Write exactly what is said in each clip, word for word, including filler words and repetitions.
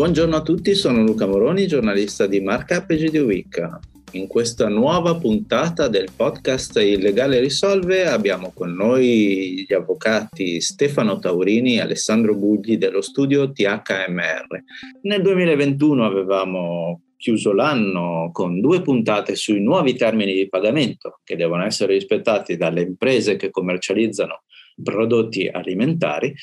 Buongiorno a tutti, sono Luca Moroni, giornalista di Markup e G D Week. In questa nuova puntata del podcast Il Legale Risolve abbiamo con noi gli avvocati Stefano Taurini e Alessandro Bugli dello studio T H M R. Nel duemilaventuno avevamo chiuso l'anno con due puntate sui nuovi termini di pagamento che devono essere rispettati dalle imprese che commercializzano prodotti alimentari.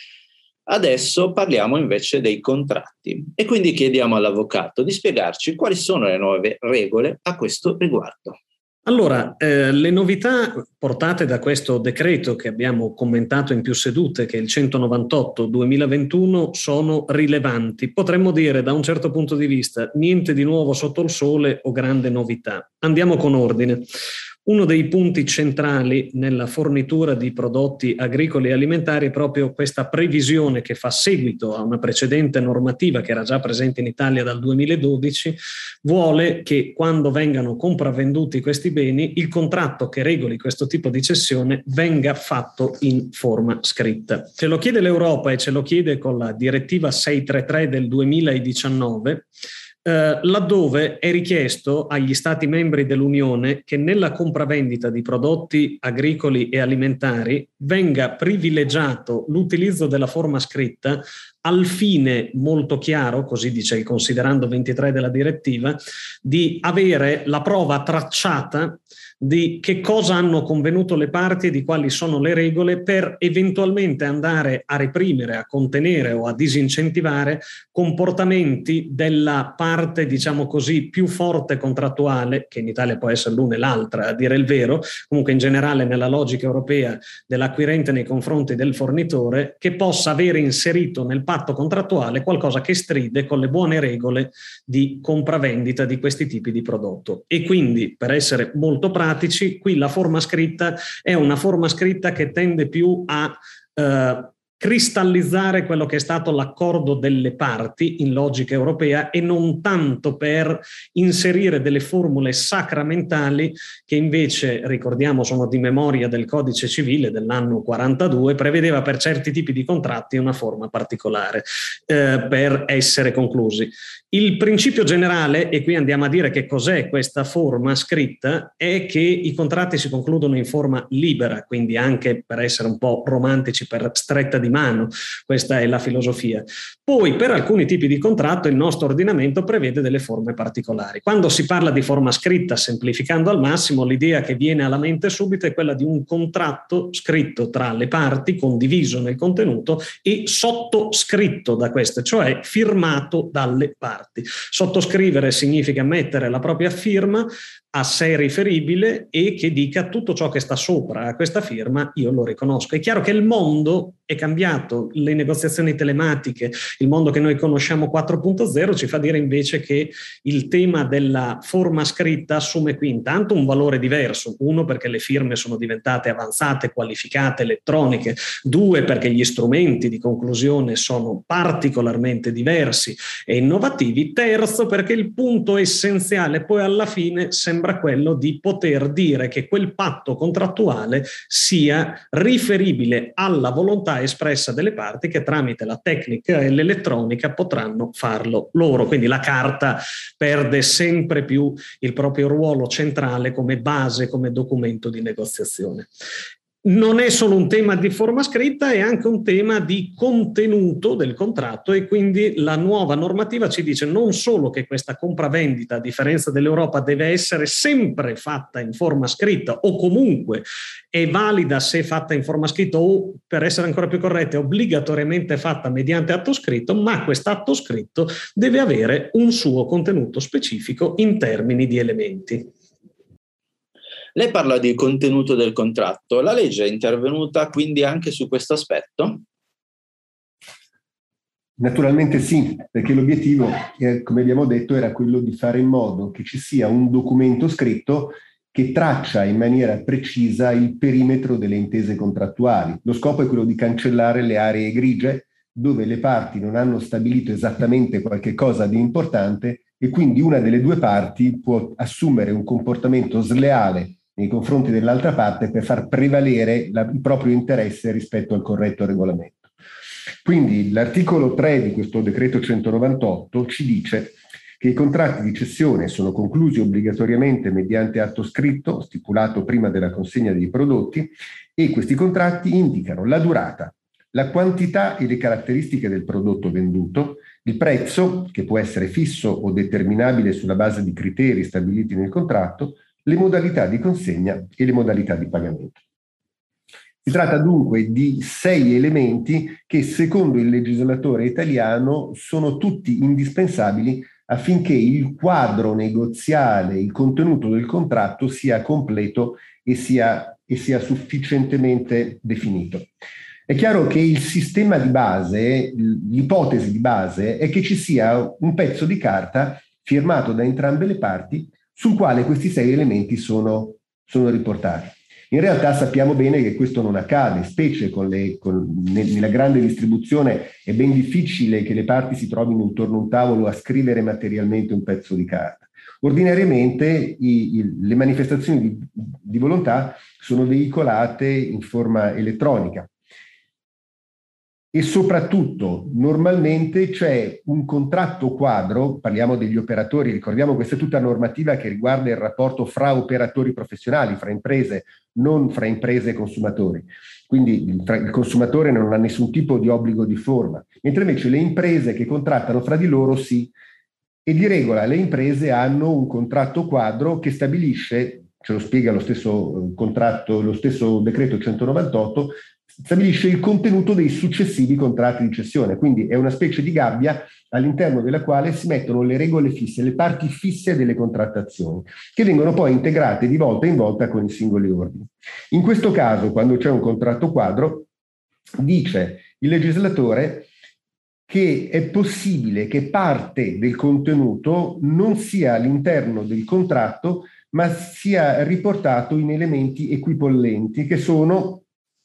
Adesso parliamo invece dei contratti e quindi chiediamo all'avvocato di spiegarci quali sono le nuove regole a questo riguardo. Allora, eh, le novità portate da questo decreto che abbiamo commentato in più sedute, che è il centonovantotto duemilaventuno, sono rilevanti. Potremmo dire da un certo punto di vista niente di nuovo sotto il sole o grande novità. Andiamo con ordine. Uno dei punti centrali nella fornitura di prodotti agricoli e alimentari è proprio questa previsione che fa seguito a una precedente normativa che era già presente in Italia dal duemiladodici, vuole che quando vengano compravenduti questi beni il contratto che regoli questo tipo di cessione venga fatto in forma scritta. Ce lo chiede l'Europa e ce lo chiede con la direttiva seicentotrentatré del duemiladiciannove, Uh, laddove è richiesto agli Stati membri dell'Unione che nella compravendita di prodotti agricoli e alimentari venga privilegiato l'utilizzo della forma scritta al fine molto chiaro, così dice il considerando ventitré della direttiva, di avere la prova tracciata di che cosa hanno convenuto le parti e di quali sono le regole per eventualmente andare a reprimere, a contenere o a disincentivare comportamenti della parte, diciamo così, più forte contrattuale, che in Italia può essere l'una e l'altra, a dire il vero, comunque in generale nella logica europea dell'acquirente nei confronti del fornitore, che possa avere inserito nel patto contrattuale qualcosa che stride con le buone regole di compravendita di questi tipi di prodotto. E quindi, per essere molto pratici, qui la forma scritta è una forma scritta che tende più a eh, cristallizzare quello che è stato l'accordo delle parti in logica europea e non tanto per inserire delle formule sacramentali che invece, ricordiamo, sono di memoria del codice civile dell'anno quarantadue, prevedeva per certi tipi di contratti una forma particolare eh, per essere conclusi. Il principio generale, e qui andiamo a dire che cos'è questa forma scritta, è che i contratti si concludono in forma libera, quindi anche per essere un po' romantici, per stretta di mano, questa è la filosofia. Poi per alcuni tipi di contratto il nostro ordinamento prevede delle forme particolari. Quando si parla di forma scritta, semplificando al massimo, l'idea che viene alla mente subito è quella di un contratto scritto tra le parti, condiviso nel contenuto e sottoscritto da queste, cioè firmato dalle parti. Sottoscrivere significa mettere la propria firma a sé riferibile e che dica tutto ciò che sta sopra a questa firma io lo riconosco. È chiaro che il mondo è cambiato, le negoziazioni telematiche, il mondo che noi conosciamo quattro punto zero ci fa dire invece che il tema della forma scritta assume qui intanto un valore diverso, uno perché le firme sono diventate avanzate, qualificate, elettroniche, due perché gli strumenti di conclusione sono particolarmente diversi e innovativi, terzo perché il punto essenziale poi alla fine sembra quello di poter dire che quel patto contrattuale sia riferibile alla volontà espressa delle parti che tramite la tecnica e l'elettronica potranno farlo loro. Quindi la carta perde sempre più il proprio ruolo centrale come base, come documento di negoziazione. Non è solo un tema di forma scritta, è anche un tema di contenuto del contratto e quindi la nuova normativa ci dice non solo che questa compravendita, a differenza dell'Europa, deve essere sempre fatta in forma scritta o comunque è valida se fatta in forma scritta o, per essere ancora più corrette, obbligatoriamente fatta mediante atto scritto, ma quest'atto scritto deve avere un suo contenuto specifico in termini di elementi. Lei parla di contenuto del contratto. La legge è intervenuta quindi anche su questo aspetto? Naturalmente sì, perché l'obiettivo, eh, come abbiamo detto, era quello di fare in modo che ci sia un documento scritto che traccia in maniera precisa il perimetro delle intese contrattuali. Lo scopo è quello di cancellare le aree grigie dove le parti non hanno stabilito esattamente qualche cosa di importante e quindi una delle due parti può assumere un comportamento sleale nei confronti dell'altra parte per far prevalere la, il proprio interesse rispetto al corretto regolamento. Quindi l'articolo tre di questo decreto centonovantotto ci dice che i contratti di cessione sono conclusi obbligatoriamente mediante atto scritto stipulato prima della consegna dei prodotti, e questi contratti indicano la durata, la quantità e le caratteristiche del prodotto venduto, il prezzo, che può essere fisso o determinabile sulla base di criteri stabiliti nel contratto, le modalità di consegna e le modalità di pagamento. Si tratta dunque di sei elementi che, secondo il legislatore italiano, sono tutti indispensabili affinché il quadro negoziale, il contenuto del contratto sia completo e sia, e sia sufficientemente definito. È chiaro che il sistema di base, l'ipotesi di base, è che ci sia un pezzo di carta firmato da entrambe le parti sul quale questi sei elementi sono, sono riportati. In realtà sappiamo bene che questo non accade, specie con le, con, nella grande distribuzione è ben difficile che le parti si trovino intorno a un tavolo a scrivere materialmente un pezzo di carta. Ordinariamente i, i, le manifestazioni di, di volontà sono veicolate in forma elettronica. E soprattutto normalmente c'è un contratto quadro, parliamo degli operatori, ricordiamo questa è tutta normativa che riguarda il rapporto fra operatori professionali, fra imprese, non fra imprese e consumatori. Quindi il, il consumatore non ha nessun tipo di obbligo di forma, mentre invece le imprese che contrattano fra di loro sì. E di regola le imprese hanno un contratto quadro che stabilisce, ce lo spiega lo stesso contratto, lo stesso decreto centonovantotto, stabilisce il contenuto dei successivi contratti di cessione, quindi è una specie di gabbia all'interno della quale si mettono le regole fisse, le parti fisse delle contrattazioni, che vengono poi integrate di volta in volta con i singoli ordini. In questo caso, quando c'è un contratto quadro, dice il legislatore che è possibile che parte del contenuto non sia all'interno del contratto, ma sia riportato in elementi equipollenti, che sono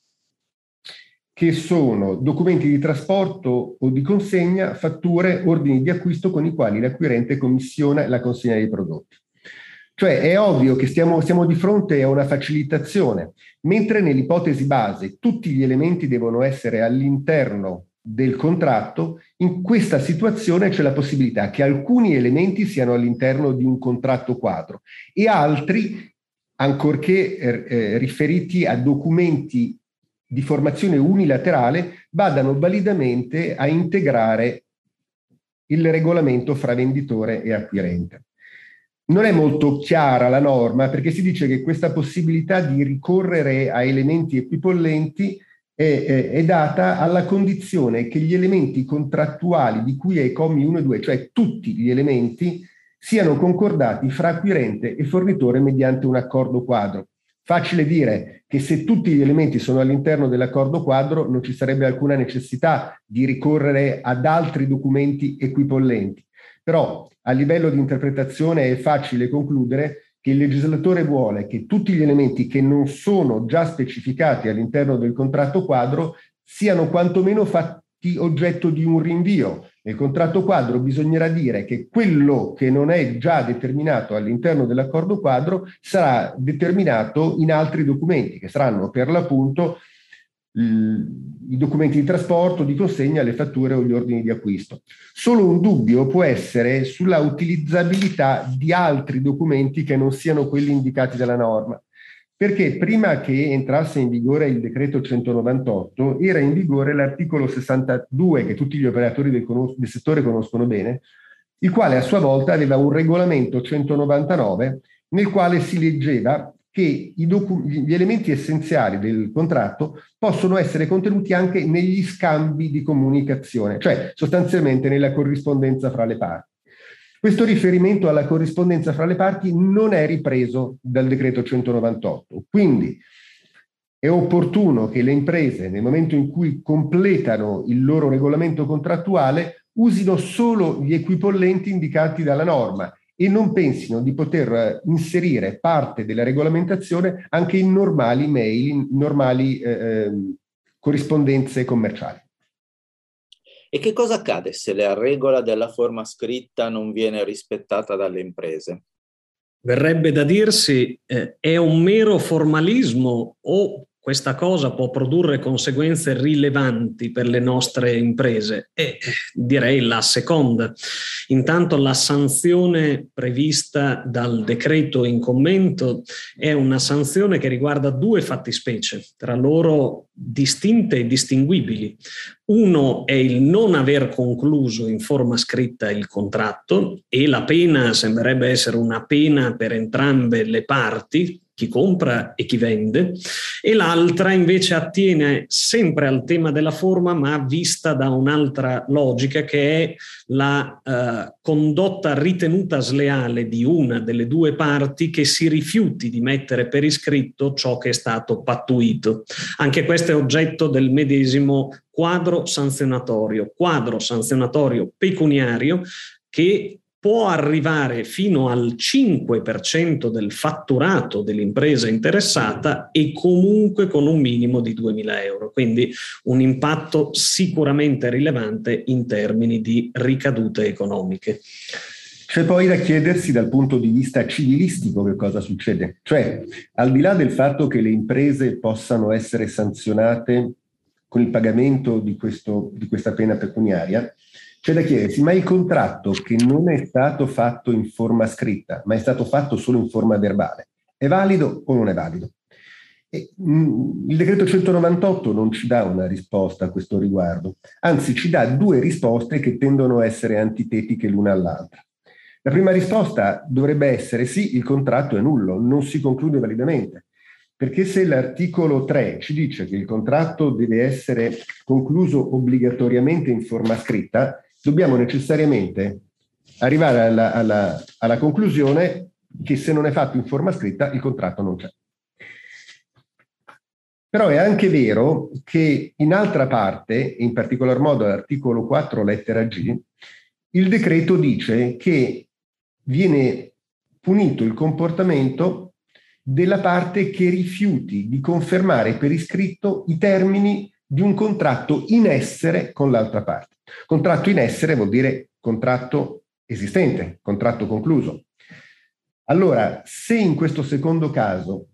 che sono documenti di trasporto o di consegna, fatture, ordini di acquisto con i quali l'acquirente commissiona la consegna dei prodotti. Cioè è ovvio che stiamo, siamo di fronte a una facilitazione, mentre nell'ipotesi base tutti gli elementi devono essere all'interno del contratto, in questa situazione c'è la possibilità che alcuni elementi siano all'interno di un contratto quadro e altri, ancorché eh, riferiti a documenti di formazione unilaterale, vadano validamente a integrare il regolamento fra venditore e acquirente. Non è molto chiara la norma perché si dice che questa possibilità di ricorrere a elementi equipollenti è, è, è data alla condizione che gli elementi contrattuali di cui ai commi uno e due, cioè tutti gli elementi, siano concordati fra acquirente e fornitore mediante un accordo quadro. Facile dire che se tutti gli elementi sono all'interno dell'accordo quadro non ci sarebbe alcuna necessità di ricorrere ad altri documenti equipollenti. Però a livello di interpretazione è facile concludere che il legislatore vuole che tutti gli elementi che non sono già specificati all'interno del contratto quadro siano quantomeno fatti oggetto di un rinvio. Nel contratto quadro bisognerà dire che quello che non è già determinato all'interno dell'accordo quadro sarà determinato in altri documenti, che saranno per l'appunto i documenti di trasporto, di consegna, le fatture o gli ordini di acquisto. Solo un dubbio può essere sulla utilizzabilità di altri documenti che non siano quelli indicati dalla norma, perché prima che entrasse in vigore il decreto centonovantotto era in vigore l'articolo sessantadue, che tutti gli operatori del, del settore conoscono bene, il quale a sua volta aveva un regolamento centonovantanove nel quale si leggeva che i gli elementi essenziali del contratto possono essere contenuti anche negli scambi di comunicazione, cioè sostanzialmente nella corrispondenza fra le parti. Questo riferimento alla corrispondenza fra le parti non è ripreso dal decreto centonovantotto, quindi è opportuno che le imprese, nel momento in cui completano il loro regolamento contrattuale, usino solo gli equipollenti indicati dalla norma e non pensino di poter inserire parte della regolamentazione anche in normali mail, in normali eh, corrispondenze commerciali. E che cosa accade se la regola della forma scritta non viene rispettata dalle imprese? Verrebbe da dirsi, eh, è un mero formalismo o questa cosa può produrre conseguenze rilevanti per le nostre imprese? E direi la seconda. Intanto la sanzione prevista dal decreto in commento è una sanzione che riguarda due fattispecie, tra loro distinte e distinguibili. Uno è il non aver concluso in forma scritta il contratto, e la pena sembrerebbe essere una pena per entrambe le parti, chi compra e chi vende, e l'altra invece attiene sempre al tema della forma, ma vista da un'altra logica, che è la eh, condotta ritenuta sleale di una delle due parti che si rifiuti di mettere per iscritto ciò che è stato pattuito. Anche questo è oggetto del medesimo quadro sanzionatorio, quadro sanzionatorio pecuniario, che può arrivare fino al cinque per cento del fatturato dell'impresa interessata e comunque con un minimo di duemila euro. Quindi un impatto sicuramente rilevante in termini di ricadute economiche. C'è poi da chiedersi dal punto di vista civilistico che cosa succede. Cioè, al di là del fatto che le imprese possano essere sanzionate con il pagamento di, questo, di questa pena pecuniaria, c'è da chiedersi, ma il contratto che non è stato fatto in forma scritta, ma è stato fatto solo in forma verbale, è valido o non è valido? E, mh, il decreto centonovantotto non ci dà una risposta a questo riguardo, anzi ci dà due risposte che tendono a essere antitetiche l'una all'altra. La prima risposta dovrebbe essere sì, il contratto è nullo, non si conclude validamente, perché se l'articolo tre ci dice che il contratto deve essere concluso obbligatoriamente in forma scritta, dobbiamo necessariamente arrivare alla, alla, alla conclusione che se non è fatto in forma scritta il contratto non c'è. Però è anche vero che in altra parte, in particolar modo all'articolo quattro lettera G, il decreto dice che viene punito il comportamento della parte che rifiuti di confermare per iscritto i termini di un contratto in essere con l'altra parte. Contratto in essere vuol dire contratto esistente, contratto concluso. Allora, se in questo secondo caso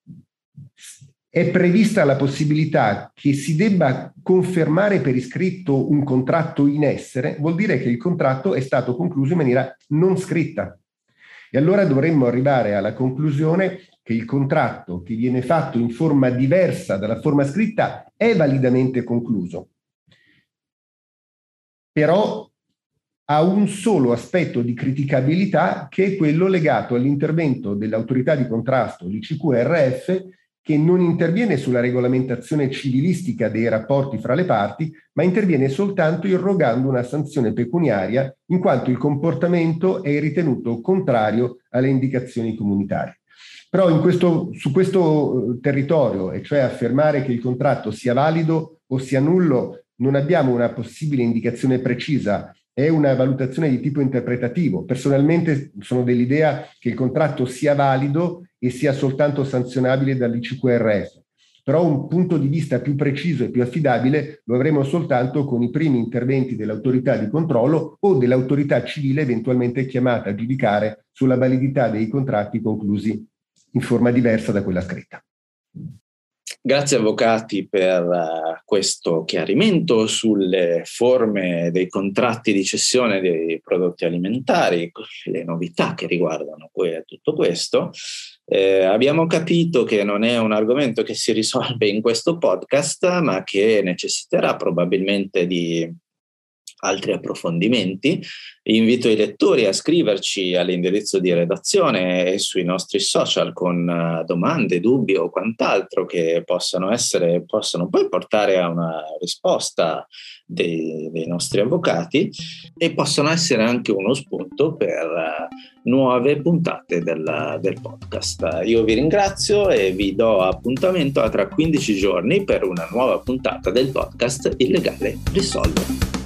è prevista la possibilità che si debba confermare per iscritto un contratto in essere, vuol dire che il contratto è stato concluso in maniera non scritta. E allora dovremmo arrivare alla conclusione che il contratto che viene fatto in forma diversa dalla forma scritta è validamente concluso. Però ha un solo aspetto di criticabilità, che è quello legato all'intervento dell'autorità di contrasto, l'I C Q R F, che non interviene sulla regolamentazione civilistica dei rapporti fra le parti, ma interviene soltanto irrogando una sanzione pecuniaria, in quanto il comportamento è ritenuto contrario alle indicazioni comunitarie. Però in questo, su questo territorio, e cioè affermare che il contratto sia valido o sia nullo, non abbiamo una possibile indicazione precisa, è una valutazione di tipo interpretativo. Personalmente sono dell'idea che il contratto sia valido e sia soltanto sanzionabile dall'I C Q R F. Però un punto di vista più preciso e più affidabile lo avremo soltanto con i primi interventi dell'autorità di controllo o dell'autorità civile eventualmente chiamata a giudicare sulla validità dei contratti conclusi in forma diversa da quella scritta. Grazie avvocati per uh, questo chiarimento sulle forme dei contratti di cessione dei prodotti alimentari, le novità che riguardano que- tutto questo. Eh, abbiamo capito che non è un argomento che si risolve in questo podcast, ma che necessiterà probabilmente di altri approfondimenti. Invito i lettori a scriverci all'indirizzo di redazione e sui nostri social con uh, domande, dubbi o quant'altro che possano essere, possano poi portare a una risposta dei, dei nostri avvocati e possono essere anche uno spunto per uh, nuove puntate del, del podcast. Io vi ringrazio e vi do appuntamento a tra quindici giorni per una nuova puntata del podcast Il Legale Risolve.